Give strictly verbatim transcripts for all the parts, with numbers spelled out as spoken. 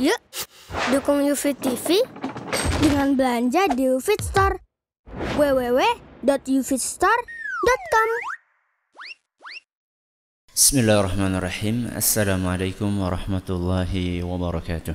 Yuk, dukung UFIT T V dengan belanja di UFIT Store. w w w dot ufitstore dot com. Bismillahirrahmanirrahim. Assalamualaikum warahmatullahi wabarakatuh.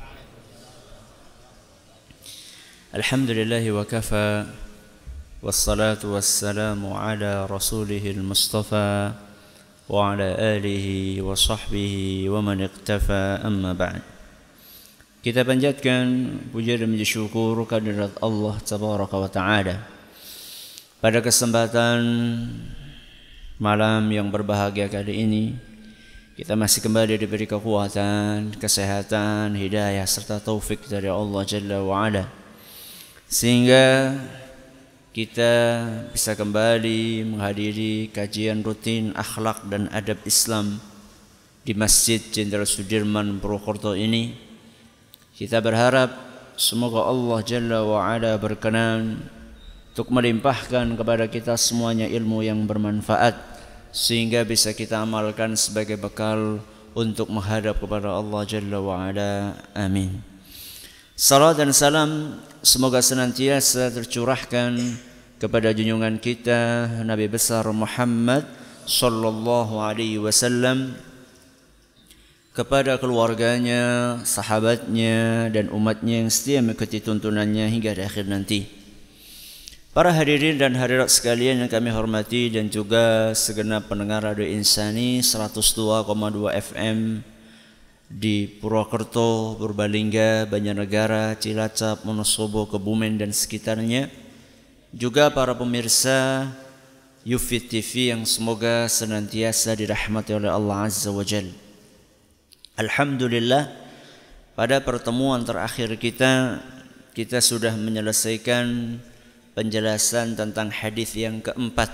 Alhamdulillahi wa kafa, wassalatu wassalamu ala rasulihil mustafa wa ala alihi wa sahbihi wa man iqtafa, amma ba'd. Kita panjatkan puja dan puji syukur kehadirat Allah tabaraka wa ta'ala pada kesempatan malam yang berbahagia kali ini. Kita masih kembali diberi kekuatan, kesehatan, hidayah serta taufik dari Allah Jalla wa Ala, sehingga kita bisa kembali menghadiri kajian rutin akhlak dan adab Islam di Masjid Jenderal Sudirman Purwokerto ini. Kita berharap semoga Allah Jalla wa Ala berkenan untuk melimpahkan kepada kita semuanya ilmu yang bermanfaat, sehingga bisa kita amalkan sebagai bekal untuk menghadap kepada Allah Jalla wa Ala. Amin. Salam dan salam semoga senantiasa tercurahkan kepada junjungan kita Nabi besar Muhammad sallallahu alaihi wasallam, kepada keluarganya, sahabatnya dan umatnya yang setia mengikuti tuntunannya hingga di akhir nanti. Para hadirin dan hadirat sekalian yang kami hormati, dan juga segenap pendengar Radio Insani seratus dua koma dua F M di Purwokerto, Purbalingga, Banjarnegara, Cilacap, Wonosobo, Kebumen dan sekitarnya, juga para pemirsa UFIT T V yang semoga senantiasa dirahmati oleh Allah Azza wa Jalla. Alhamdulillah, pada pertemuan terakhir kita, kita sudah menyelesaikan penjelasan tentang hadis yang keempat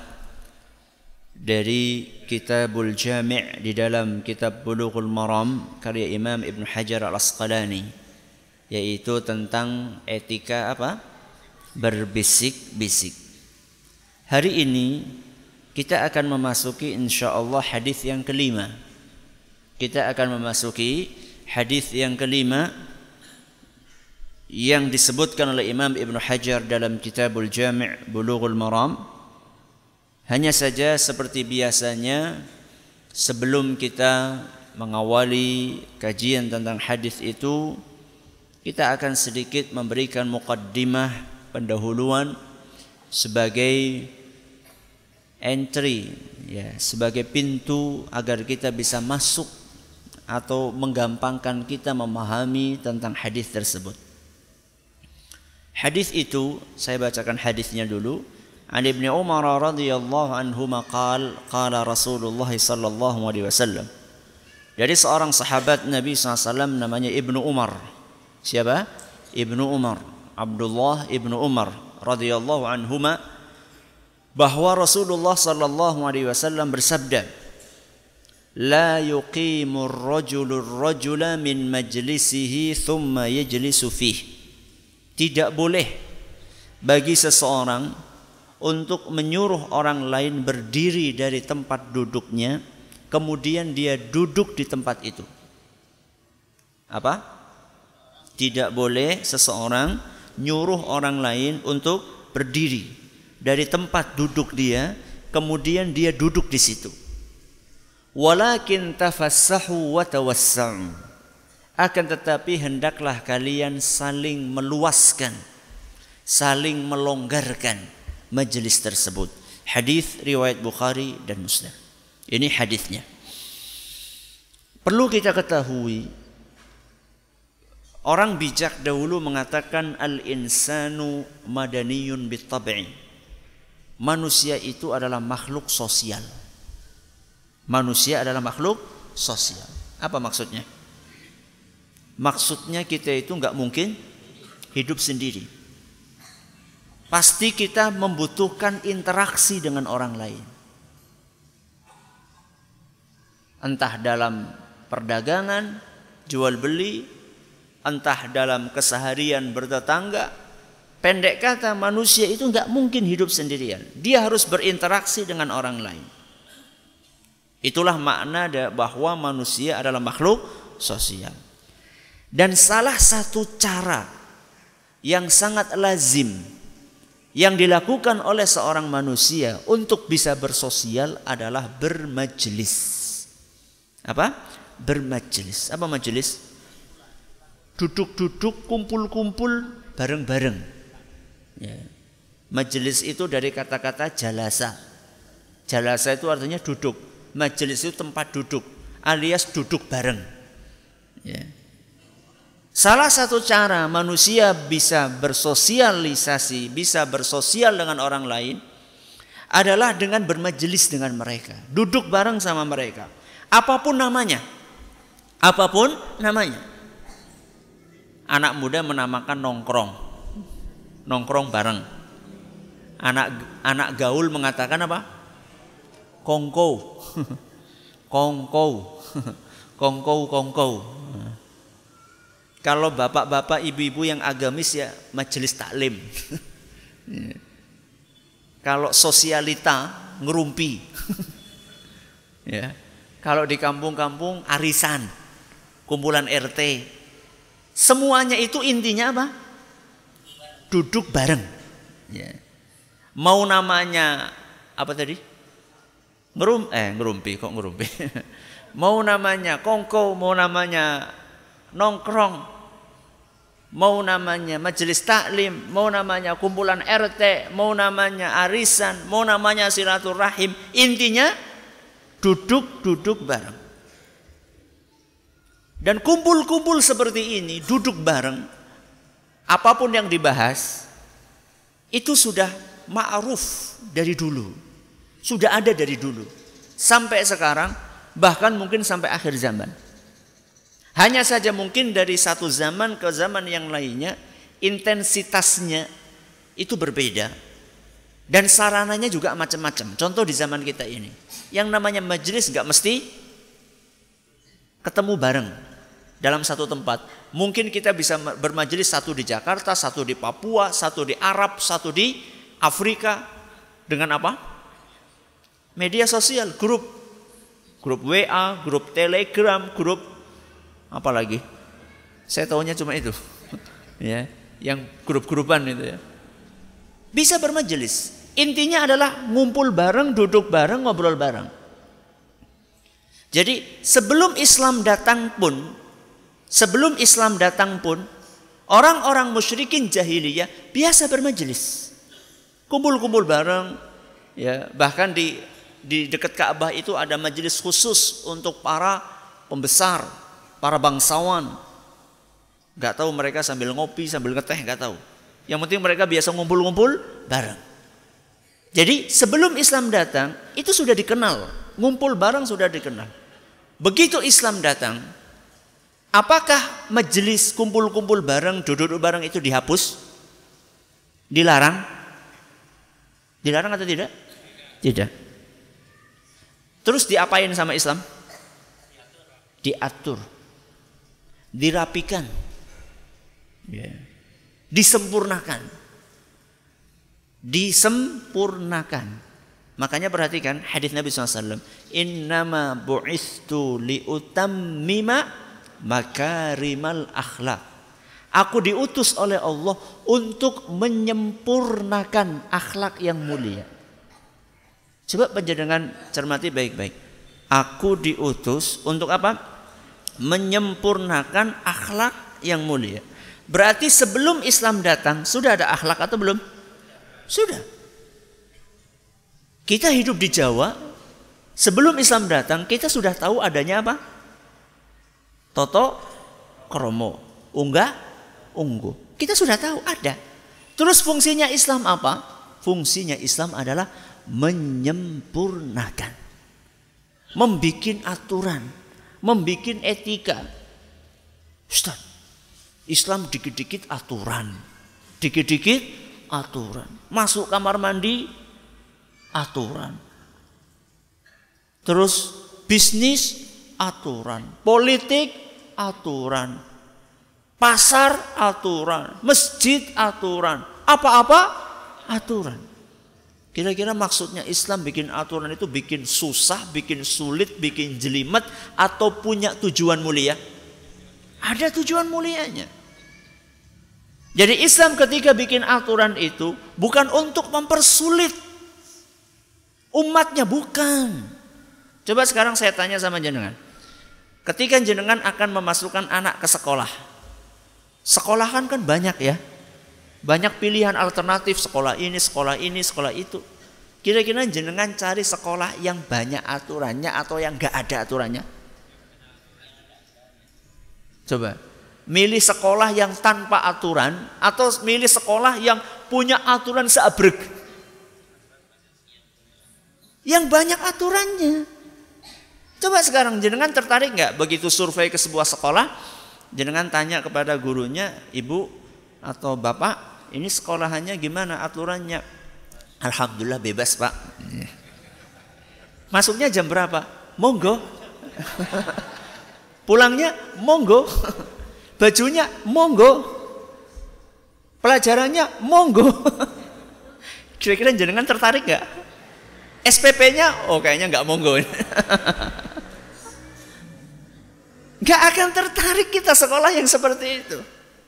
dari Kitabul Jami' di dalam kitab Bulughul Maram karya Imam Ibn Hajar Al-Asqalani, yaitu tentang etika apa? Berbisik-bisik. Hari ini kita akan memasuki insyaallah hadis yang kelima. Kita akan memasuki hadis yang kelima yang disebutkan oleh Imam Ibn Hajar dalam Kitabul Jami' Bulughul Maram. Hanya saja seperti biasanya, sebelum kita mengawali kajian tentang hadis itu, kita akan sedikit memberikan muqaddimah, pendahuluan, sebagai entry, ya, sebagai pintu agar kita bisa masuk atau menggampangkan kita memahami tentang hadis tersebut. Hadis itu saya bacakan hadisnya dulu. An Ibnu Umar radhiyallahu anhuma qala qala Rasulullah sallallahu alaihi wasallam. Dari seorang sahabat Nabi sallallahu alaihi wasallam namanya Ibnu Umar. Siapa? Ibnu Umar, Abdullah Ibnu Umar radhiyallahu anhuma, bahwa Rasulullah sallallahu alaihi wasallam bersabda, la yuqimur rajulur rajula min majlisihi thumma yajlisu fihi. Tidak boleh bagi seseorang untuk menyuruh orang lain berdiri dari tempat duduknya, kemudian dia duduk di tempat itu. Apa? Tidak boleh seseorang nyuruh orang lain untuk berdiri dari tempat duduk dia, kemudian dia duduk di situ. Walakin tafassahu wa tawassa'u. Akan tetapi hendaklah kalian saling meluaskan, saling melonggarkan majelis tersebut. Hadis riwayat Bukhari dan Muslim. Ini hadisnya. Perlu kita ketahui, orang bijak dahulu mengatakan al-insanu madaniyun bitab'i. Manusia itu adalah makhluk sosial. Manusia adalah makhluk sosial. Apa maksudnya? Maksudnya kita itu enggak mungkin hidup sendiri. Pasti kita membutuhkan interaksi dengan orang lain. Entah dalam perdagangan, jual beli, entah dalam keseharian bertetangga. Pendek kata, manusia itu enggak mungkin hidup sendirian. Dia harus berinteraksi dengan orang lain. Itulah makna bahwa manusia adalah makhluk sosial. Dan salah satu cara yang sangat lazim yang dilakukan oleh seorang manusia untuk bisa bersosial adalah bermajelis. Apa? Bermajelis. Apa majelis? Duduk-duduk, kumpul-kumpul, bareng-bareng. Ya. Majelis itu dari kata-kata jalasa. Jalasa itu artinya duduk. Majelis itu tempat duduk, alias duduk bareng. Ya. Salah satu cara manusia bisa bersosialisasi, bisa bersosial dengan orang lain adalah dengan bermajelis dengan mereka, duduk bareng sama mereka. Apapun namanya, apapun namanya. Anak muda menamakan nongkrong, nongkrong bareng. Anak anak gaul mengatakan apa? Kongkow, kongkow, kongkow, kongkow. Kalau bapak-bapak, ibu-ibu yang agamis ya majelis taklim. Kalau sosialita ngerumpi. Ya. Kalau di kampung-kampung arisan, kumpulan R T. Semuanya itu intinya apa? Duduk bareng. Ya. Mau namanya apa tadi? Ngerum eh ngerumpi kok ngerumpi. Mau namanya kongko, mau namanya nongkrong, mau namanya majelis taklim, mau namanya kumpulan R T, mau namanya arisan, mau namanya silaturahim, intinya duduk-duduk bareng. Dan kumpul-kumpul seperti ini, duduk bareng, apapun yang dibahas itu sudah ma'ruf dari dulu, sudah ada dari dulu sampai sekarang, bahkan mungkin sampai akhir zaman. Hanya saja mungkin dari satu zaman ke zaman yang lainnya intensitasnya itu berbeda dan sarananya juga macam-macam. Contoh di zaman kita ini, yang namanya majelis nggak mesti ketemu bareng dalam satu tempat. Mungkin kita bisa bermajelis satu di Jakarta, satu di Papua, satu di Arab, satu di Afrika. Dengan apa? Media sosial, grup, grup W A, grup Telegram, grup apa lagi? Saya tahunya cuma itu. Ya, yang grup-grupan itu ya. Bisa bermajelis. Intinya adalah ngumpul bareng, duduk bareng, ngobrol bareng. Jadi sebelum Islam datang pun, sebelum Islam datang pun, orang-orang musyrikin jahiliyah biasa bermajelis. Kumpul-kumpul bareng, ya, bahkan di di dekat Ka'bah itu ada majelis khusus untuk para pembesar, para bangsawan. Gak tahu mereka sambil ngopi, sambil ngeteh, gak tahu. Yang penting mereka biasa ngumpul-ngumpul bareng. Jadi sebelum Islam datang, itu sudah dikenal. Ngumpul bareng sudah dikenal. Begitu Islam datang, apakah majelis kumpul-kumpul bareng, duduk-duduk bareng itu dihapus? Dilarang? Dilarang atau tidak? Tidak. Terus diapain sama Islam? Diatur, dirapikan, yeah, disempurnakan, disempurnakan. Makanya perhatikan hadis Nabi shallallahu alaihi wasallam, innama bu'istu liutammima makarimal akhlak. Aku diutus oleh Allah untuk menyempurnakan akhlak yang mulia. Coba panjenengan cermati baik-baik. Aku diutus untuk apa? Menyempurnakan akhlak yang mulia. Berarti sebelum Islam datang sudah ada akhlak atau belum? Sudah. Kita hidup di Jawa, sebelum Islam datang kita sudah tahu adanya apa? Toto, kromo, unggah, unggu. Kita sudah tahu ada. Terus fungsinya Islam apa? Fungsinya Islam adalah menyempurnakan, membikin aturan, membikin etika. Ustaz, Islam dikit-dikit aturan, dikit-dikit aturan. Masuk kamar mandi, aturan. Terus bisnis, aturan. Politik, aturan. Pasar, aturan. Masjid, aturan. Apa-apa, aturan. Kira-kira maksudnya Islam bikin aturan itu bikin susah, bikin sulit, bikin jelimet, atau punya tujuan mulia? Ada tujuan mulianya. Jadi Islam ketika bikin aturan itu bukan untuk mempersulit umatnya, bukan. Coba sekarang saya tanya sama jenengan. Ketika jenengan akan memasukkan anak ke sekolah. Sekolahan kan banyak ya. Banyak pilihan alternatif, sekolah ini, sekolah ini, sekolah itu. Kira-kira jenengan cari sekolah yang banyak aturannya atau yang gak ada aturannya? Coba, milih sekolah yang tanpa aturan atau milih sekolah yang punya aturan seabrek? Yang banyak aturannya. Coba sekarang jenengan tertarik nggak begitu survei ke sebuah sekolah, jenengan tanya kepada gurunya, ibu atau bapak, ini sekolahannya gimana aturannya? Alhamdulillah bebas pak. Masuknya jam berapa? Monggo. Pulangnya monggo. Bajunya monggo. Pelajarannya monggo. Kira-kira jenengan tertarik nggak? S P P-nya, oh kayaknya nggak monggo. Nggak akan tertarik kita sekolah yang seperti itu.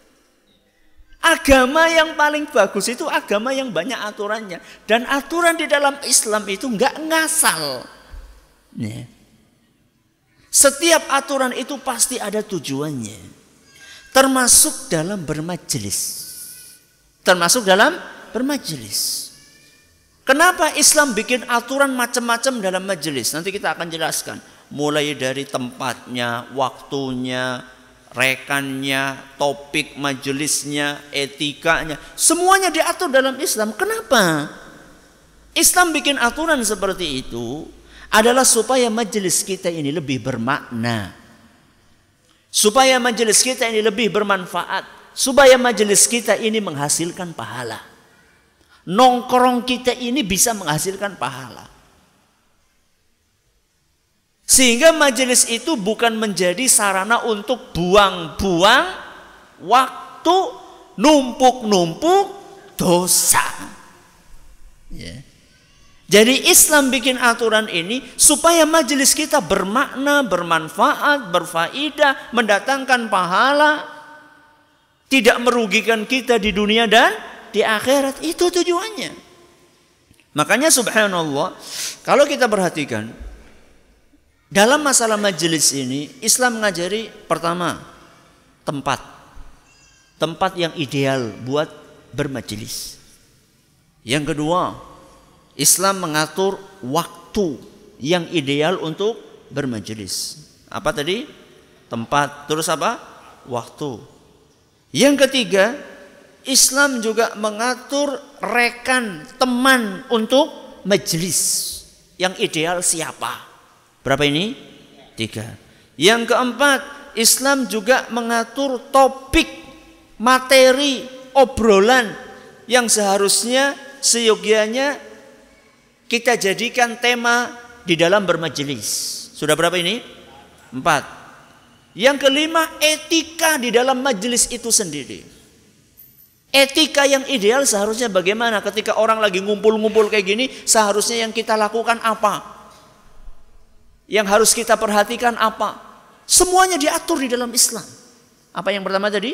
Agama yang paling bagus itu agama yang banyak aturannya. Dan aturan di dalam Islam itu nggak ngasal. Nih. Setiap aturan itu pasti ada tujuannya. Termasuk dalam bermajelis. Termasuk dalam bermajelis. Kenapa Islam bikin aturan macam-macam dalam majelis? Nanti kita akan jelaskan. Mulai dari tempatnya, waktunya, rekannya, topik majelisnya, etikanya. Semuanya diatur dalam Islam. Kenapa? Islam bikin aturan seperti itu adalah supaya majelis kita ini lebih bermakna. Supaya majelis kita ini lebih bermanfaat. Supaya majelis kita ini menghasilkan pahala. Nongkrong kita ini bisa menghasilkan pahala. Sehingga majelis itu bukan menjadi sarana untuk buang-buang waktu, numpuk-numpuk dosa. Ya. Jadi Islam bikin aturan ini supaya majelis kita bermakna, bermanfaat, berfaedah, mendatangkan pahala, tidak merugikan kita di dunia dan di akhirat. Itu tujuannya. Makanya subhanallah, kalau kita perhatikan dalam masalah majelis ini, Islam mengajari pertama tempat. Tempat yang ideal buat bermajelis. Yang kedua, Islam mengatur waktu yang ideal untuk bermajelis. Apa tadi? Tempat. Terus apa? Waktu. Yang ketiga, Islam juga mengatur rekan, teman untuk majelis. Yang ideal siapa? Berapa ini? Tiga. Yang keempat, Islam juga mengatur topik, materi, obrolan yang seharusnya seyogianya kita jadikan tema di dalam bermajelis. Sudah berapa ini? Empat. Yang kelima, etika di dalam majelis itu sendiri. Etika yang ideal seharusnya bagaimana ketika orang lagi ngumpul-ngumpul kayak gini, seharusnya yang kita lakukan apa? Yang harus kita perhatikan apa? Semuanya diatur di dalam Islam. Apa yang pertama tadi?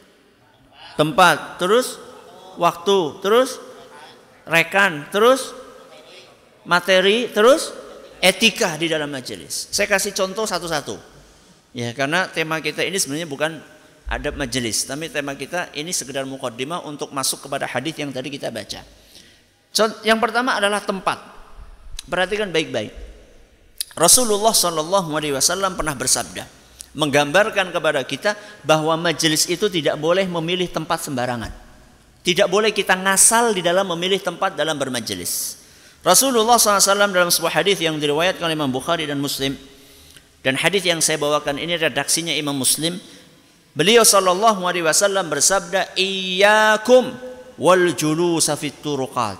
Tempat, terus waktu, terus rekan, terus materi, terus etika di dalam majelis. Saya kasih contoh satu-satu. Ya, karena tema kita ini sebenarnya bukan adab majelis, tapi tema kita ini sekedar muqaddimah untuk masuk kepada hadis yang tadi kita baca. Yang pertama adalah tempat. Perhatikan baik-baik. Rasulullah shallallahu alaihi wasallam pernah bersabda, menggambarkan kepada kita bahwa majelis itu tidak boleh memilih tempat sembarangan. Tidak boleh kita ngasal di dalam memilih tempat dalam bermajelis. Rasulullah shallallahu alaihi wasallam dalam sebuah hadis yang diriwayatkan oleh Imam Bukhari dan Muslim, dan hadis yang saya bawakan ini redaksinya Imam Muslim, beliau shallallahu alaihi wasallam bersabda, iyyakum wal julusa fit turuqat.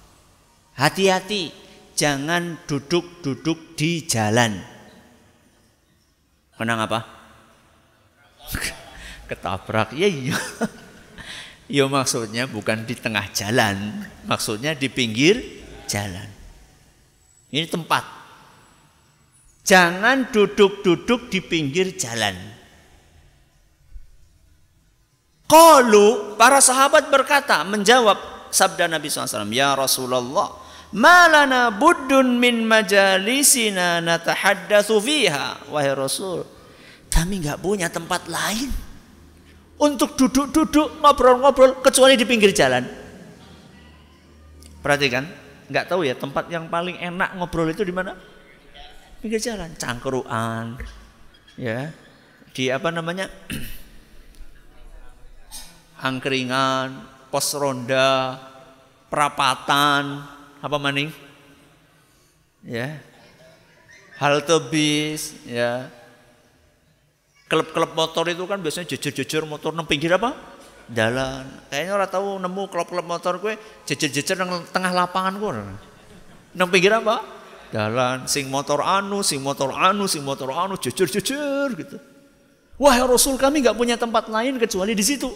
Hati-hati, jangan duduk-duduk di jalan. Kenapa? Ketabrak. Ya iya. Ya maksudnya bukan di tengah jalan, maksudnya di pinggir jalan. Ini tempat. Jangan duduk-duduk di pinggir jalan. Qalu, para sahabat berkata, menjawab sabda Nabi shallallahu alaihi wasallam, ya Rasulullah, malana buddun min majalisina natahaddatsu fiha. Wahai Rasul, kami nggak punya tempat lain untuk duduk-duduk ngobrol-ngobrol kecuali di pinggir jalan. Perhatikan, nggak tahu ya tempat yang paling enak ngobrol itu di mana? Pinggir jalan, cangkruan, ya, di apa namanya? Angkringan, pos ronda, perapatan, apa maning? Ya. Halte bis, ya. Klub-klub motor itu kan biasanya jejer-jejer motor nang pinggir apa? Jalan. Kayaknya orang tahu nemu klub-klub motor gue jejer-jejer nang tengah lapangan gue. Nang pinggir apa? Jalan. Sing motor anu, sing motor anu, sing motor anu, jejer-jejer gitu. Wahai Rasul, kami nggak punya tempat lain kecuali di situ.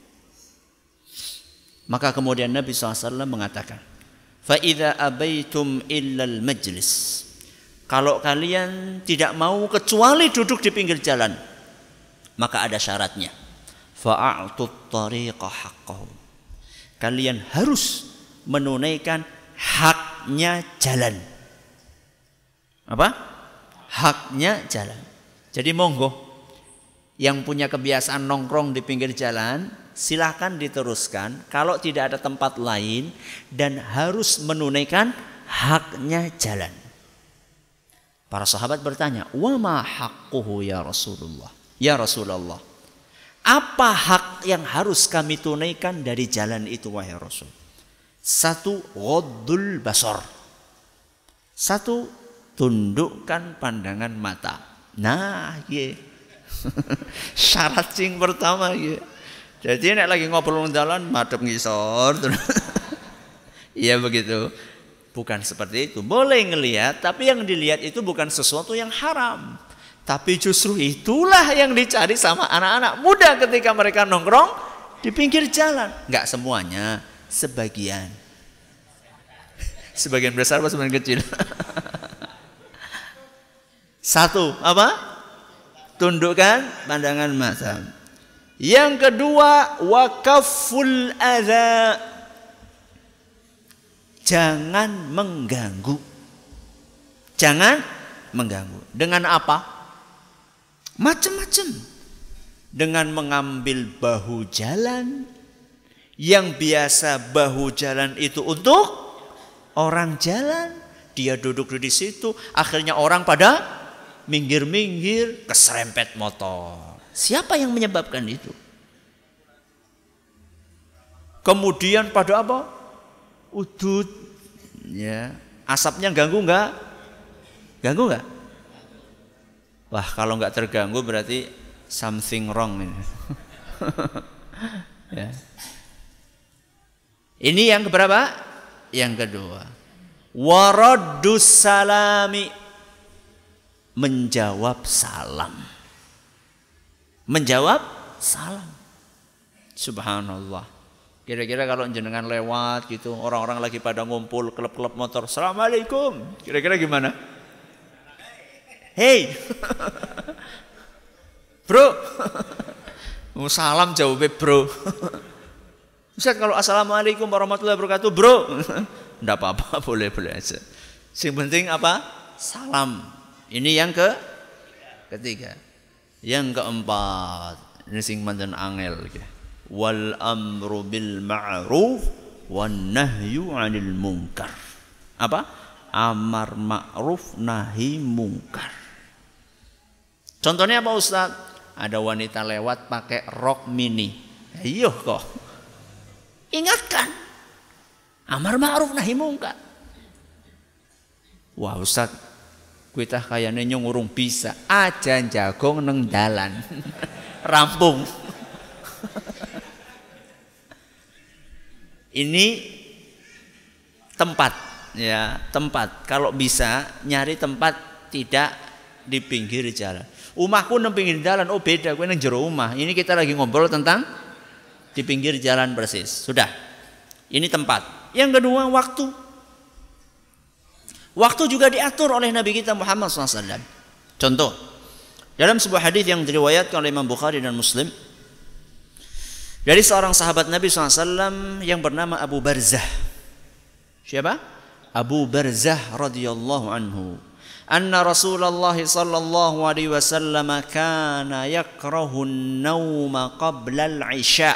Maka kemudian Nabi shallallahu alaihi wasallam mengatakan, فَإِذَا أَبَيْتُمْ إِلَّا الْمَجْلِسِ, kalau kalian tidak mau kecuali duduk di pinggir jalan, maka ada syaratnya. فَأَعْتُوا الطَّرِيقَ حَقَّهُ, kalian harus menunaikan haknya jalan. Apa? Haknya jalan. Jadi monggo, yang punya kebiasaan nongkrong di pinggir jalan, silahkan diteruskan kalau tidak ada tempat lain dan harus menunaikan haknya jalan. Para sahabat bertanya, wa ma haqquhu ya Rasulullah? Ya Rasulullah, apa hak yang harus kami tunaikan dari jalan itu wahai Rasul? Satu, ghaddul basar. Satu, tundukkan pandangan mata. Nah, ye. Syarat sing pertama ye. Jadi nek lagi ngobrol jalan madhep ngisor. Iya begitu. Bukan seperti itu. Boleh ngelihat, tapi yang dilihat itu bukan sesuatu yang haram. Tapi justru itulah yang dicari sama anak-anak muda ketika mereka nongkrong di pinggir jalan. Enggak semuanya, sebagian. Sebagian besar apa sebagian kecil? Satu, apa? Tundukkan pandangan mata. Yang kedua, wakaful adza, jangan mengganggu. Jangan mengganggu. Dengan apa? Macam-macam. Dengan mengambil bahu jalan, yang biasa bahu jalan itu untuk orang jalan, dia duduk di situ, akhirnya orang pada minggir-minggir, keserempet motor. Siapa yang menyebabkan itu? Kemudian pada apa? Udut, ya. Asapnya ganggu nggak? Ganggu nggak? Wah, kalau nggak terganggu berarti something wrong ini. Ya. Ini yang keberapa? Yang kedua. Waraddus salami, menjawab salam. Menjawab salam. Subhanallah. Kira-kira kalau jenengan lewat gitu, orang-orang lagi pada ngumpul klub-klub motor, assalamualaikum, kira-kira gimana? Hey, bro, mau salam jawabnya bro. Ustaz, kalau assalamualaikum warahmatullahi wabarakatuh, bro, enggak apa-apa, boleh-boleh aja. Yang penting apa? Salam. Ini yang ke ketiga. Yang keempat, ini sing manten angel gitu. Wal amru bil ma'ruf wan nahyu 'anil munkar. Apa? Amar ma'ruf nahi munkar. Contohnya apa Ustaz? Ada wanita lewat pakai rok mini. Ayo kok. Ingatkan. Amar ma'ruf nahi munkar. Wah Ustaz, kita kayaknya nyungurung bisa aja jagong neng dalan. Rampung. Ini tempat, ya tempat. Kalau bisa nyari tempat tidak di pinggir jalan. Umahku neng pinggir jalan, oh beda, gue neng jero rumah. Ini kita lagi ngobrol tentang di pinggir jalan persis. Sudah, ini tempat. Yang kedua, waktu. Waktu juga diatur oleh Nabi kita Muhammad shallallahu alaihi wasallam. Contoh, dalam sebuah hadis yang diriwayatkan oleh Imam Bukhari dan Muslim, Dari seorang sahabat Nabi shallallahu alaihi wasallam yang bernama Abu Barzah. Siapa? Abu Barzah radhiyallahu anhu. Anna Rasulullah sallallahu alaihi wasallam kana yakrahu an-nauma qabla al-isya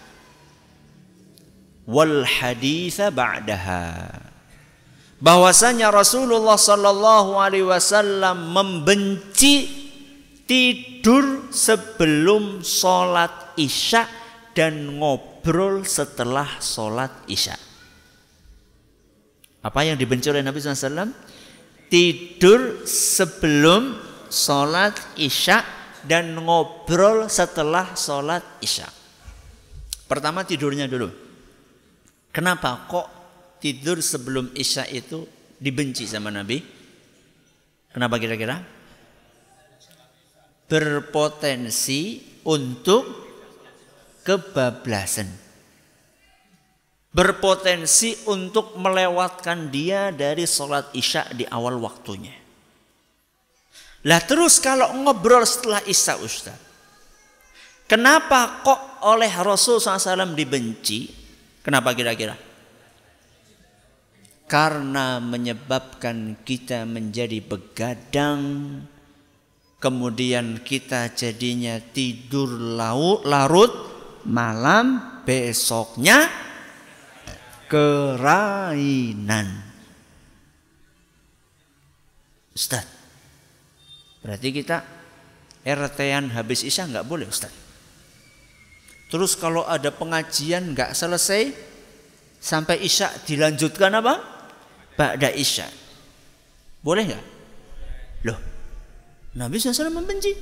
wal haditha ba'daha. Bahwasanya Rasulullah sallallahu alaihi wasallam membenci tidur sebelum sholat isya dan ngobrol setelah sholat isya. Apa yang dibenci oleh Nabi shallallahu alaihi wasallam? Tidur sebelum sholat isya dan ngobrol setelah sholat isya. Pertama tidurnya dulu. Kenapa kok tidur sebelum isya itu dibenci sama Nabi? Kenapa kira-kira? Berpotensi untuk kebablasan. Berpotensi untuk melewatkan dia dari sholat isya di awal waktunya. Lah terus kalau ngobrol setelah isya, Ustaz, kenapa kok oleh Rasul shallallahu alaihi wasallam dibenci? Kenapa kira-kira? Karena menyebabkan kita menjadi begadang, kemudian kita jadinya tidur larut malam, besoknya kerainan. Ustaz, berarti kita R T-an habis isya nggak boleh, Ustaz. Terus kalau ada pengajian nggak selesai sampai isya dilanjutkan apa? Ba'da isya. Boleh nggak? Loh, Nabi shallallahu alaihi wasallam membenci.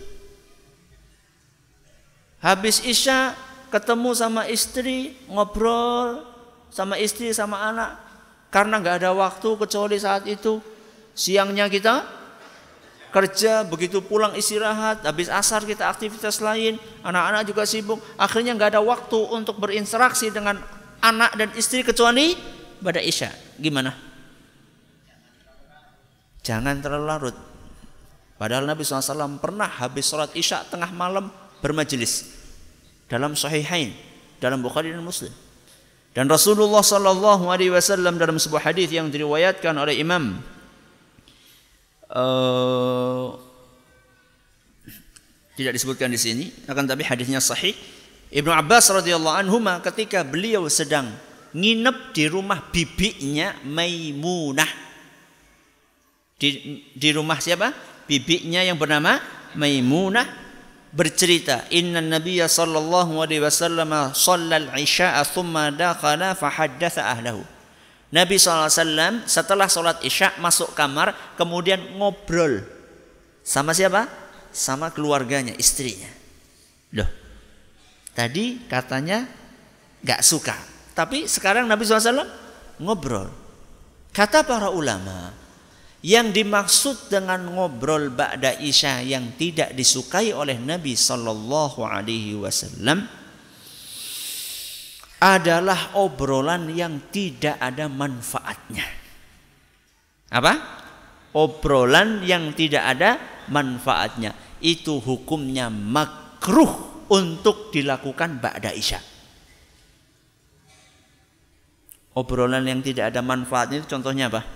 Habis isya ketemu sama istri, ngobrol sama istri sama anak, karena nggak ada waktu kecuali saat itu. Siangnya kita kerja, begitu pulang istirahat, habis asar kita aktivitas lain, anak-anak juga sibuk, akhirnya nggak ada waktu untuk berinteraksi dengan anak dan istri kecuali pada isya. Gimana? Jangan terlalu larut. Padahal Nabi shallallahu alaihi wasallam pernah habis sholat isya tengah malam bermajelis dalam Sahihain, dalam Bukhari dan Muslim. Dan Rasulullah sallallahu alaihi wasallam dalam sebuah hadis yang diriwayatkan oleh Imam uh, tidak disebutkan di sini, akan tapi hadisnya sahih. Ibnu Abbas radhiyallahu anhuma ketika beliau sedang nginep di rumah bibinya Maimunah. Di, di rumah siapa? Bibinya yang bernama Maimunah. Bercerita, inna nabiyya sallallahu alaihi wasallam shallal isya'a thumma dakhala fa haddatsa ahlahu. Nabi sallallahu alaihi wasallam setelah salat isya masuk kamar, kemudian ngobrol sama siapa? Sama keluarganya, istrinya. Loh, tadi katanya gak suka, tapi sekarang Nabi sallallahu alaihi wasallam ngobrol. Kata para ulama, yang dimaksud dengan ngobrol ba'da isya yang tidak disukai oleh Nabi sallallahu alaihi wasallam adalah obrolan yang tidak ada manfaatnya. Apa? Obrolan yang tidak ada manfaatnya. Itu hukumnya makruh untuk dilakukan ba'da isya. Obrolan yang tidak ada manfaatnya itu contohnya apa?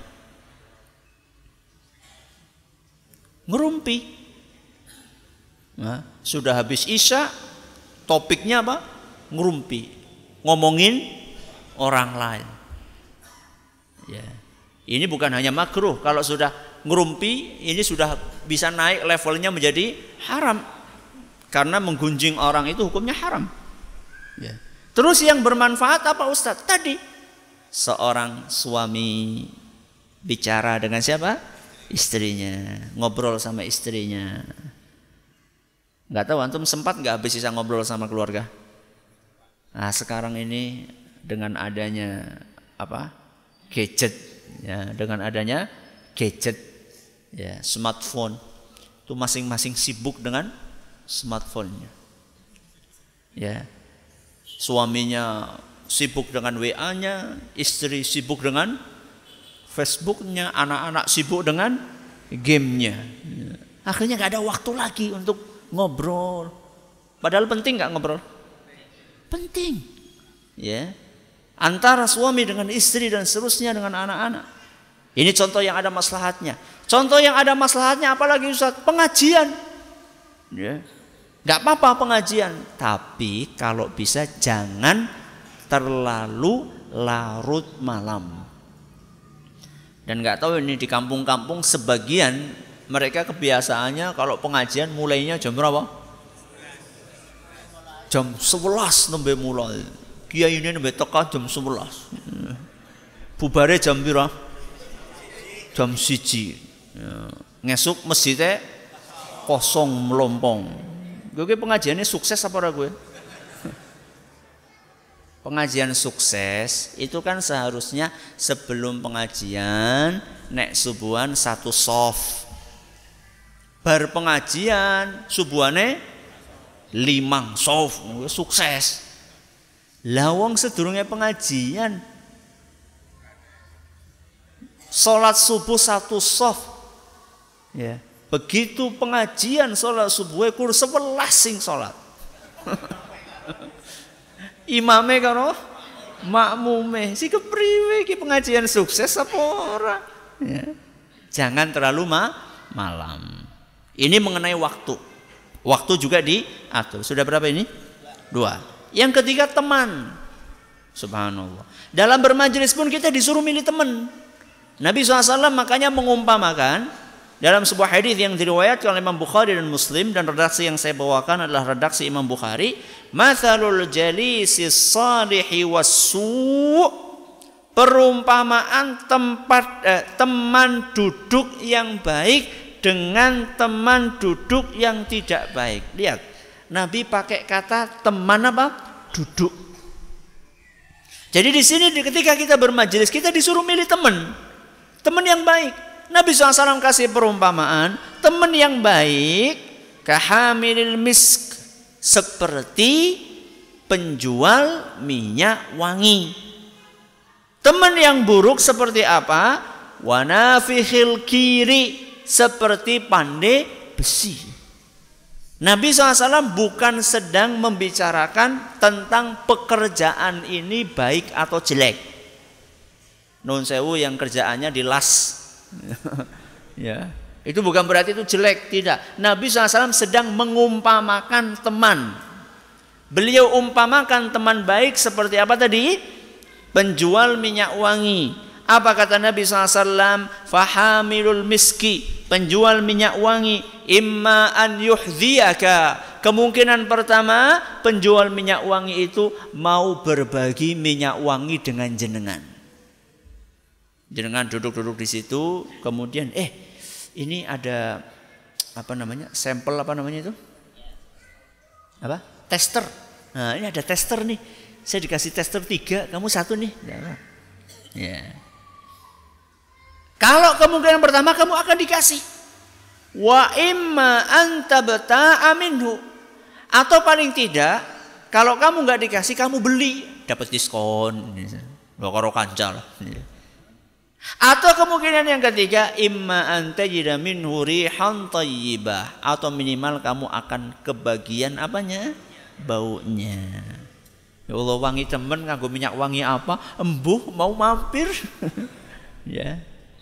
Ngerumpi. Nah, sudah habis isya, topiknya apa? Ngerumpi, ngomongin orang lain. Ya, ini bukan hanya makruh. Kalau sudah ngerumpi, ini sudah bisa naik levelnya menjadi haram, karena menggunjing orang itu hukumnya haram. Ya. Terus yang bermanfaat apa, Ustadz? Tadi seorang suami bicara dengan siapa? Istrinya, ngobrol sama istrinya. Nggak tahu antum sempat nggak habis bisa ngobrol sama keluarga? Nah sekarang ini dengan adanya apa gadget, ya, dengan adanya gadget, ya, smartphone, itu masing-masing sibuk dengan smartphone-nya. Ya, suaminya sibuk dengan W A-nya, istri sibuk dengan Facebooknya, anak-anak sibuk dengan gamenya. Akhirnya nggak ada waktu lagi untuk ngobrol. Padahal penting nggak ngobrol? Penting. Ya. Antara suami dengan istri dan seterusnya dengan anak-anak. Ini contoh yang ada maslahatnya. Contoh yang ada maslahatnya apalagi Ustaz? Pengajian. Ya. Enggak apa-apa pengajian, tapi kalau bisa jangan terlalu larut malam. Dan enggak tahu ini di kampung-kampung sebagian mereka kebiasaannya kalau pengajian mulainya jam berapa? Jam sebelas nembe mulai. Kiai ini nembe teka jam sebelas. Bubare jam pira? Jam siji. Ya. Ngesuk masjidnya kosong melompong. Gue pengajiannya sukses apa ora gue? Pengajian sukses itu kan seharusnya sebelum pengajian nek subuhan satu soft. Bar pengajian subuhane limang soft, sukses. Lawang sedurunge pengajian salat subuh satu soft. Ya. Begitu pengajian sholat subuh kur sebelas sing sholat. Imame karo makmume si kepriwe ki pengajian sukses apa ora? Ya. Jangan terlalu ma malam. Ini mengenai waktu. Waktu juga diatur. Sudah berapa ini? Dua. Yang ketiga teman. Subhanallah. Dalam bermajelis pun kita disuruh milih teman. Nabi shallallahu alaihi wasallam makanya mengumpamakan dalam sebuah hadis yang diriwayatkan oleh Imam Bukhari dan Muslim, dan redaksi yang saya bawakan adalah redaksi Imam Bukhari, mathalul jalisi salihi wassu', perumpamaan tempat eh, teman duduk yang baik dengan teman duduk yang tidak baik. Lihat, Nabi pakai kata teman apa? Duduk. Jadi di sini ketika kita bermajelis kita disuruh milih teman, teman yang baik. Nabi shallallahu alaihi wasallam kasih perumpamaan teman yang baik kahamilil misk, seperti penjual minyak wangi. Teman yang buruk seperti apa? Wanafihil kiri, seperti pandai besi. Nabi shallallahu alaihi wasallam bukan sedang membicarakan tentang pekerjaan ini baik atau jelek. Nun sewu yang kerjaannya dilas. Ya, itu bukan berarti itu jelek, tidak. Nabi shallallahu alaihi wasallam sedang mengumpamakan teman. Beliau umpamakan teman baik seperti apa tadi? Penjual minyak wangi. Apa kata Nabi shallallahu alaihi wasallam? Fahamilul miski, penjual minyak wangi. Imma an yuhdhiyaka. Kemungkinan pertama, penjual minyak wangi itu mau berbagi minyak wangi dengan jenengan. Jenengan duduk-duduk di situ, kemudian eh ini ada apa namanya? Sampel apa namanya itu? Apa? Tester. Nah, ini ada tester nih. Saya dikasih tester tiga, kamu satu nih. Ya. Kalau kemungkinan pertama kamu akan dikasih. Wa imma anta bata'a minhu. Atau paling tidak, kalau kamu nggak dikasih, kamu beli, dapat diskon. Lo karo kanca lah. Atau kemungkinan yang ketiga, imma antajida minhu rihan thayyibah, atau minimal kamu akan kebagian apanya? Baunya. Ya Allah, wangi temen nganggo minyak wangi apa? Embuh mau mampir. Ya.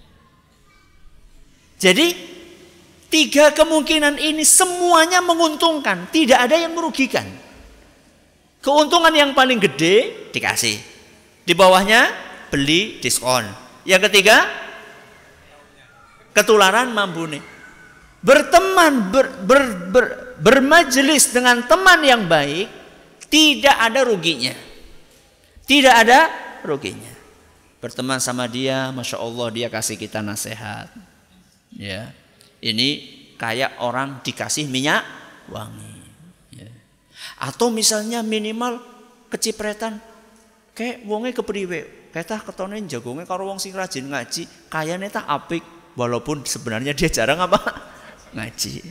Jadi tiga kemungkinan ini semuanya menguntungkan, tidak ada yang merugikan. Keuntungan yang paling gede dikasih, di bawahnya beli diskon. Yang ketiga, ketularan mambune. Berteman, ber, ber, ber, bermajelis dengan teman yang baik, tidak ada ruginya. Tidak ada ruginya. Berteman sama dia, Masya Allah dia kasih kita nasihat. Ya, ini kayak orang dikasih minyak wangi. Ya. Atau misalnya minimal kecipretan, kayak wonge kepriwe. Ketah ketone jagonge karo wong sing rajin ngaji, kayane tah apik walaupun sebenarnya dia jarang apa ngaji.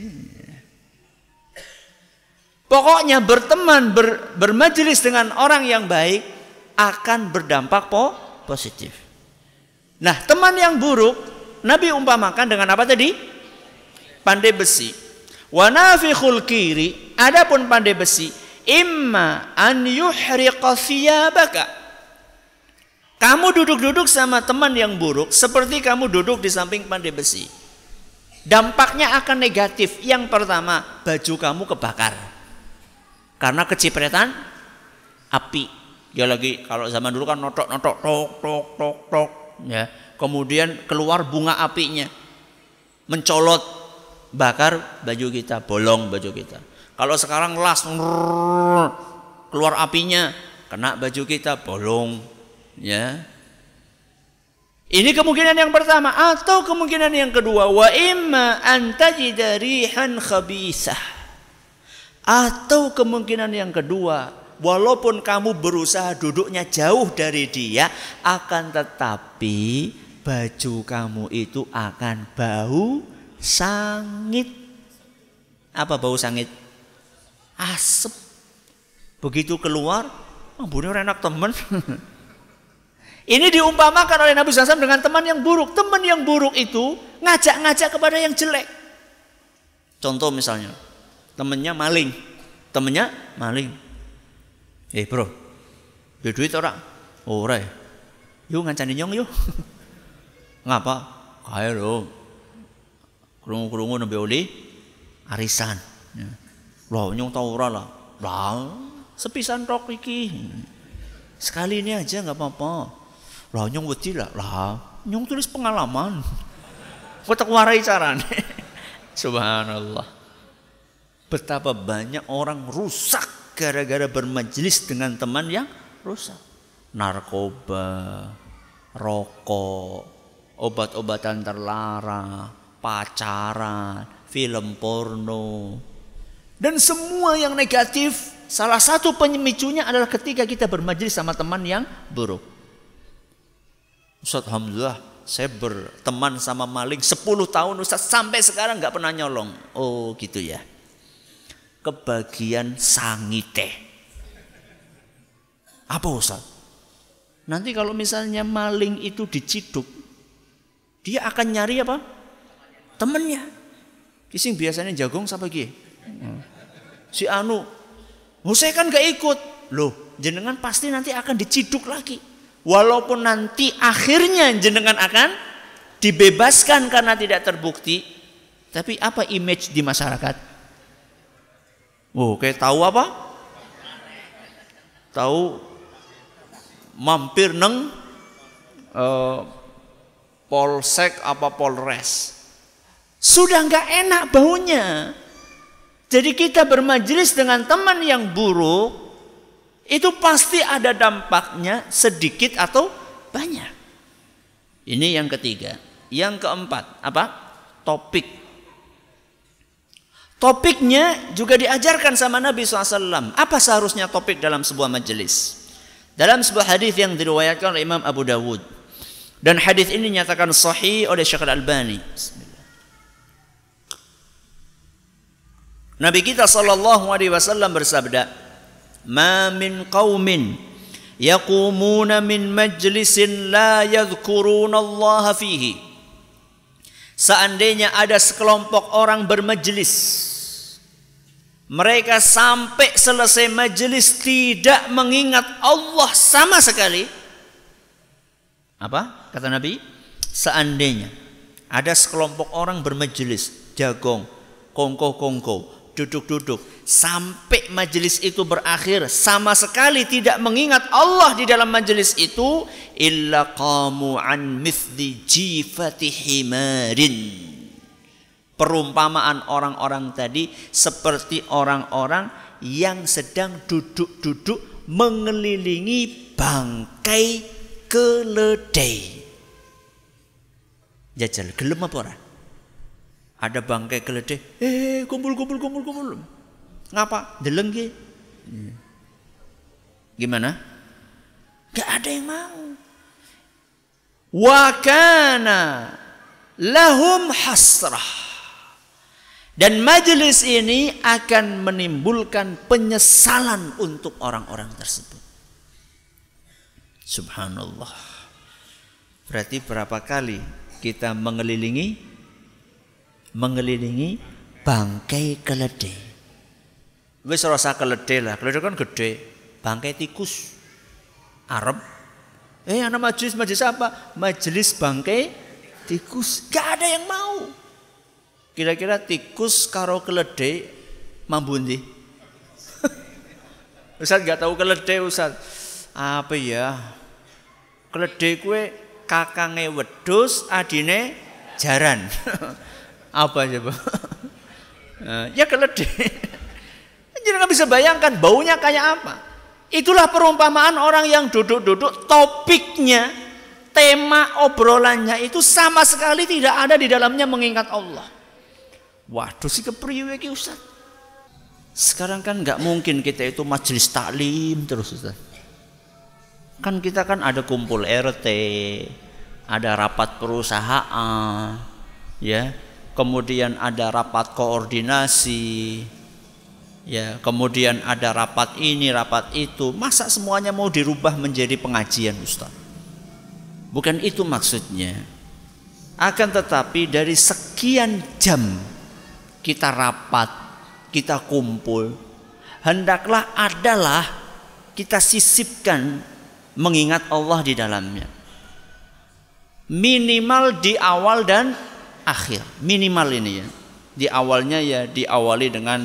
Pokoknya berteman, ber, bermajelis dengan orang yang baik akan berdampak po, positif. Nah, teman yang buruk Nabi umpamakan dengan apa tadi? Pandai besi. Wa nafikhul kiri, adapun pandai besi, imma an yuhriqa thiyabaka. Kamu duduk-duduk sama teman yang buruk seperti kamu duduk di samping pandai besi. Dampaknya akan negatif. Yang pertama, baju kamu kebakar karena kecipretan api. Ya lagi kalau zaman dulu kan notok-notok tok tok tok tok ya. Kemudian keluar bunga apinya. Mencolot, bakar baju kita, bolong baju kita. Kalau sekarang las keluar apinya, kena baju kita, bolong ya. Ini kemungkinan yang pertama. Atau kemungkinan yang kedua, wa imma an tajida rihan khabithah. Atau kemungkinan yang kedua, walaupun kamu berusaha duduknya jauh dari dia, akan tetapi baju kamu itu akan bau sangit. Apa bau sangit? Asap. Begitu keluar, oh, bener enak temen. Ini diumpamakan oleh Nabi shallallahu alaihi wasallam dengan teman yang buruk. Teman yang buruk itu ngajak-ngajak kepada yang jelek. Contoh misalnya, temennya maling. Temennya maling. Eh bro, duit duit orang. Oh ora. Yuk ngancani nyong yuk. Ngapa? Kaya lo. Kerungu-kerungu nembe oli arisan. Loh nyong tau ora lah. Lah sepisan tok iki. Sekali ini aja nggak apa-apa. Lah nyong wedi lah. Lah nyong tulis pengalaman. Kok tak warai carane. Subhanallah. Betapa banyak orang rusak gara-gara bermajelis dengan teman yang rusak. Narkoba, rokok, obat-obatan terlarang, pacaran, film porno, dan semua yang negatif. Salah satu pemicunya adalah ketika kita bermajelis sama teman yang buruk. Ustaz, alhamdulillah saya berteman sama maling sepuluh tahun Ustaz, sampai sekarang nggak pernah nyolong. Oh gitu ya. Kebagian sangite. Apa Ustaz? Nanti kalau misalnya maling itu diciduk, dia akan nyari apa? Temennya. Kising biasanya jagung sama gie. Si anu, oh, saya kan gak ikut. Loh, jenengan pasti nanti akan diciduk lagi. Walaupun nanti akhirnya jenengan akan dibebaskan karena tidak terbukti. Tapi apa image di masyarakat? Oh, kayak tahu apa? Tahu mampir neng uh, polsek apa polres. Sudah gak enak baunya. Jadi kita bermajelis dengan teman yang buruk, itu pasti ada dampaknya sedikit atau banyak. Ini yang ketiga. Yang keempat, apa? Topik. Topiknya juga diajarkan sama Nabi shallallahu alaihi wasallam. Apa seharusnya topik dalam sebuah majelis? Dalam sebuah hadis yang diriwayatkan oleh Imam Abu Dawud. Dan hadis ini dinyatakan sahih oleh Syekh Al-Albani. Nabi kita sallallahu alaihi wasallam bersabda, "Ma min qaumin yaqumuna min majlisin la yadhkuruna Allah fihi." Seandainya ada sekelompok orang bermajelis, mereka sampai selesai majelis tidak mengingat Allah sama sekali. Apa? Kata Nabi, seandainya ada sekelompok orang bermajelis, jagong, kongko-kongko, duduk-duduk sampai majelis itu berakhir sama sekali tidak mengingat Allah di dalam majelis itu, illa qamu an mithli jifati himarin. Perumpamaan orang-orang tadi seperti orang-orang yang sedang duduk-duduk mengelilingi bangkai keledai. Jajal gelem apa ora? Ada bangkai keledai, eh kumpul kumpul kumpul kumpul. Ngapa? Deleng ge. Gimana? Gak ada yang mau. Wa kana lahum hasrah. Dan majelis ini akan menimbulkan penyesalan untuk orang-orang tersebut. Subhanallah. Berarti berapa kali kita mengelilingi mengelilingi bangkai keledai. Wis rasa keledai lah, keledai kan gede, bangkai tikus. Arab, eh anak majelis majelis apa? Majelis bangkai tikus. Gak ada yang mau. Kira-kira tikus karo keledai mambundi. Ustaz gak tahu keledai Ustaz. Apa ya? Keledai kue kakange wedhus, adine jaran. Apa coba? Ya keledai. Jadi nggak bisa bayangkan baunya kayak apa. Itulah perumpamaan orang yang duduk-duduk, topiknya, tema obrolannya itu sama sekali tidak ada di dalamnya mengingat Allah. Waduh si kepriwe ki Ustaz. Sekarang kan nggak mungkin kita itu majelis taklim terus Ustaz. Kan kita kan ada kumpul R T, ada rapat perusahaan, ya, kemudian ada rapat koordinasi. Ya, kemudian ada rapat ini, rapat itu. Masa semuanya mau dirubah menjadi pengajian, Ustaz? Bukan itu maksudnya. Akan tetapi dari sekian jam kita rapat, kita kumpul, hendaklah adalah kita sisipkan mengingat Allah di dalamnya. Minimal di awal dan akhir. Minimal ini ya. Di awalnya ya diawali dengan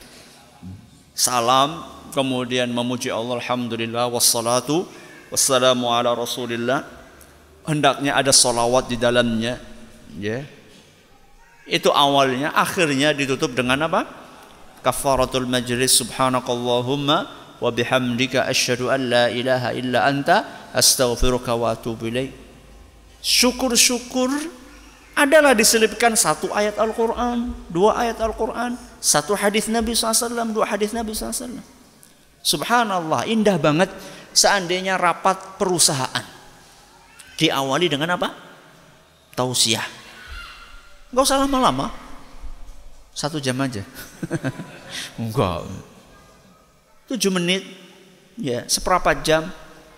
salam, kemudian memuji Allah, alhamdulillah, wassalatu wassalamu ala rasulillah. Hendaknya ada salawat di dalamnya, ya. Itu awalnya, akhirnya ditutup dengan apa? Kafaratul majlis, subhanakallahumma wa bihamdika asyhadu an la ilaha illa anta astaghfiruka wa atubu ilaik. Syukur-syukur adalah diselipkan satu ayat Al-Quran, dua ayat Al-Quran, satu hadis Nabi shallallahu alaihi wasallam, dua hadis Nabi shallallahu alaihi wasallam. Subhanallah, indah banget seandainya rapat perusahaan diawali dengan apa? Tausiah. Enggak usah lama-lama, satu jam aja. Enggak, tujuh menit, ya, seperempat jam.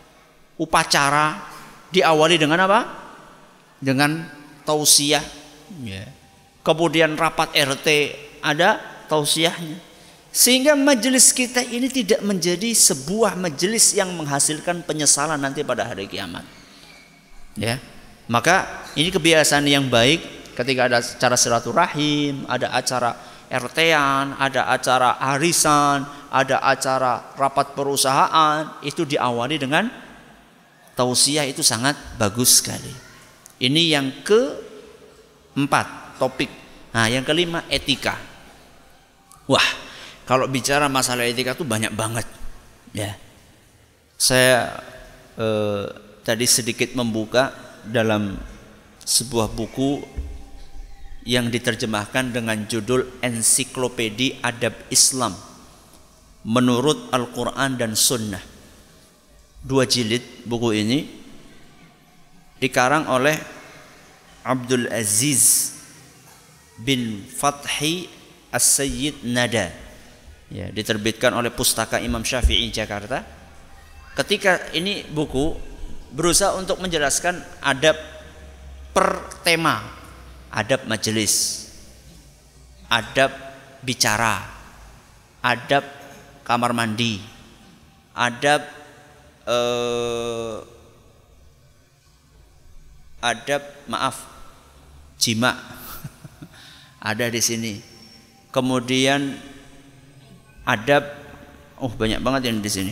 Upacara diawali dengan apa? Dengan tausiah, ya. Kemudian rapat R T ada tausiahnya, sehingga majelis kita ini tidak menjadi sebuah majelis yang menghasilkan penyesalan nanti pada hari kiamat, ya. Maka ini kebiasaan yang baik ketika ada acara silaturahim, ada acara R T-an, ada acara arisan, ada acara rapat perusahaan, itu diawali dengan tausiah, itu sangat bagus sekali. Ini yang keempat, topik. Nah, yang kelima, etika. Wah, kalau bicara masalah etika itu banyak banget, ya. Saya eh, tadi sedikit membuka dalam sebuah buku yang diterjemahkan dengan judul Ensiklopedia Adab Islam menurut Al-Quran dan Sunnah. Dua jilid buku ini dikarang oleh Abdul Aziz bin Fathi As-Sayyid Nada, ya, diterbitkan oleh Pustaka Imam Syafi'i Jakarta. Ketika ini buku berusaha untuk menjelaskan adab per tema, adab majelis, adab bicara, adab kamar mandi, adab eh, adab maaf jima ada di sini. Kemudian adab, oh banyak banget yang di sini.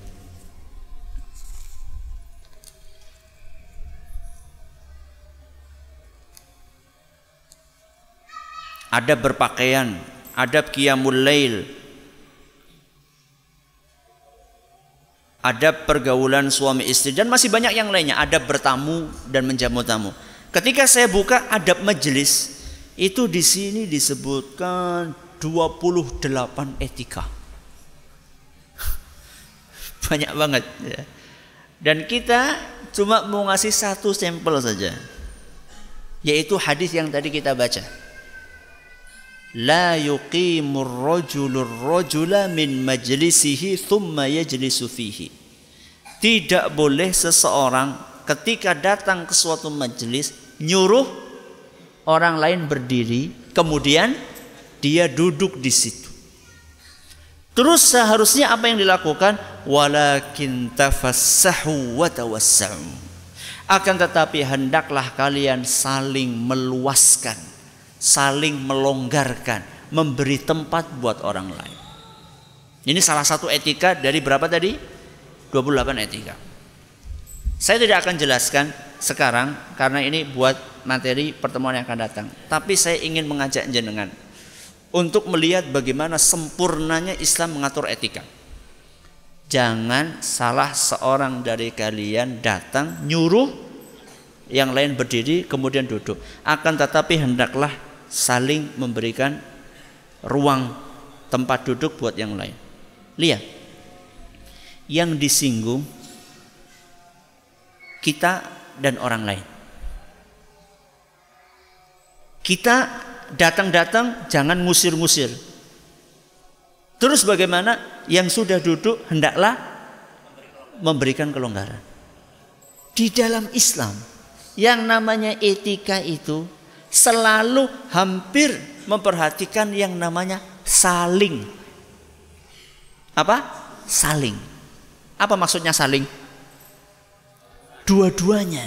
Adab berpakaian, adab qiyamul lail, adab pergaulan suami istri, dan masih banyak yang lainnya, adab bertamu dan menjamu tamu. Ketika saya buka adab majelis, itu di sini disebutkan dua puluh delapan etika. Banyak banget, ya. Dan kita cuma mau ngasih satu sampel saja, yaitu hadis yang tadi kita baca. La yuqimur rajulur rajula min majlisihi thumma yajlisu fihi. Tidak boleh seseorang ketika datang ke suatu majelis nyuruh orang lain berdiri kemudian dia duduk di situ. Terus seharusnya apa yang dilakukan? Walakin tafassahu wa tawassa'u. Akan tetapi hendaklah kalian saling meluaskan, saling melonggarkan, memberi tempat buat orang lain. Ini salah satu etika dari berapa tadi? dua puluh delapan etika. Saya tidak akan jelaskan sekarang karena ini buat materi pertemuan yang akan datang. Tapi saya ingin mengajak jenengan untuk melihat bagaimana sempurnanya Islam mengatur etika. Jangan salah seorang dari kalian datang nyuruh yang lain berdiri kemudian duduk. Akan tetapi hendaklah saling memberikan ruang tempat duduk buat yang lain. Lihat, yang disinggung kita dan orang lain. Kita datang-datang jangan ngusir-ngusir. Terus bagaimana? Yang sudah duduk hendaklah memberikan kelonggaran. Di dalam Islam yang namanya etika itu selalu hampir memperhatikan yang namanya saling. Apa? Saling. Apa maksudnya saling? Dua-duanya.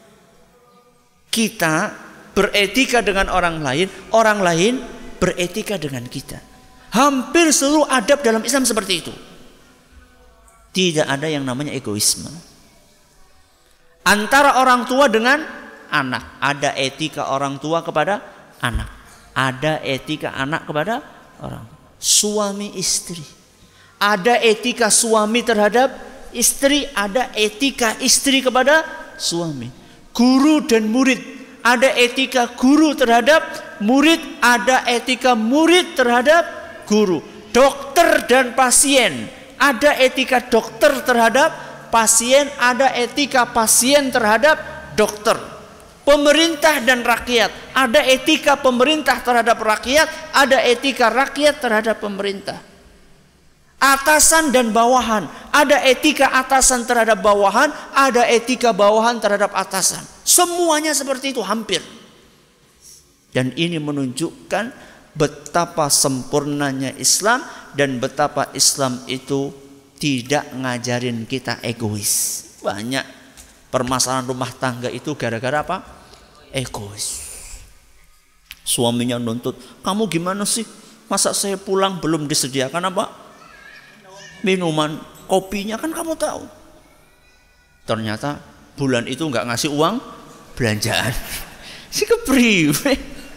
Kita beretika dengan orang lain, orang lain beretika dengan kita. Hampir seluruh adab dalam Islam seperti itu. Tidak ada yang namanya egoisme. Antara orang tua dengan anak, ada etika orang tua kepada anak, ada etika anak kepada orang tua. Suami istri, ada etika suami terhadap istri, ada etika istri kepada suami. Guru dan murid, ada etika guru terhadap murid, ada etika murid terhadap guru. Dokter dan pasien, ada etika dokter terhadap pasien, ada etika pasien terhadap dokter. Pemerintah dan rakyat, ada etika pemerintah terhadap rakyat, ada etika rakyat terhadap pemerintah. Atasan dan bawahan, ada etika atasan terhadap bawahan, ada etika bawahan terhadap atasan. Semuanya seperti itu hampir. Dan ini menunjukkan betapa sempurnanya Islam dan betapa Islam itu tidak ngajarin kita egois. Banyak permasalahan rumah tangga itu gara-gara apa? Egois. Suaminya nuntut, kamu gimana sih? Masa saya pulang belum disediakan apa? Minuman, kopinya, kan kamu tahu. Ternyata bulan itu nggak ngasih uang belanjaan. Si kepriwe.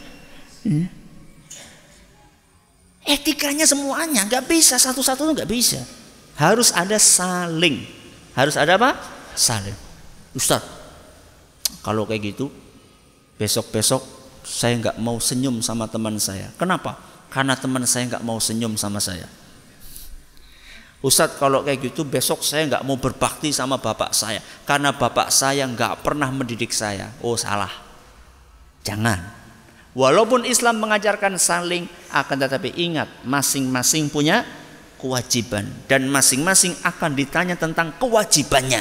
Etikanya semuanya nggak bisa, satu-satu nggak bisa. Harus ada saling. Harus ada apa? Saling. Ustaz, kalau kayak gitu besok-besok saya nggak mau senyum sama teman saya. Kenapa? Karena teman saya nggak mau senyum sama saya. Ustaz, kalau kayak gitu besok saya nggak mau berbakti sama bapak saya karena bapak saya nggak pernah mendidik saya. Oh, salah. Jangan. Walaupun Islam mengajarkan saling, akan tetapi ingat masing-masing punya kewajiban dan masing-masing akan ditanya tentang kewajibannya.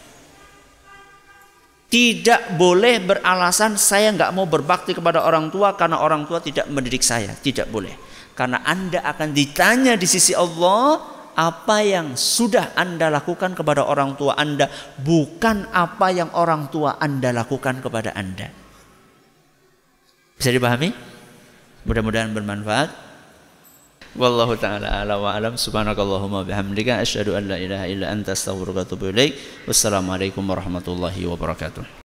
Tidak boleh beralasan saya nggak mau berbakti kepada orang tua karena orang tua tidak mendidik saya. Tidak boleh. Karena Anda akan ditanya di sisi Allah apa yang sudah Anda lakukan kepada orang tua Anda, bukan apa yang orang tua Anda lakukan kepada Anda. Bisa dipahami? Mudah-mudahan bermanfaat. Wallahu ta'ala ala wa alam. Subhanakallahumma bihamdika asyhadu an la ilaha illa anta astaghfiruka wa atubu ilaik. Wassalamualaikum warahmatullahi wabarakatuh.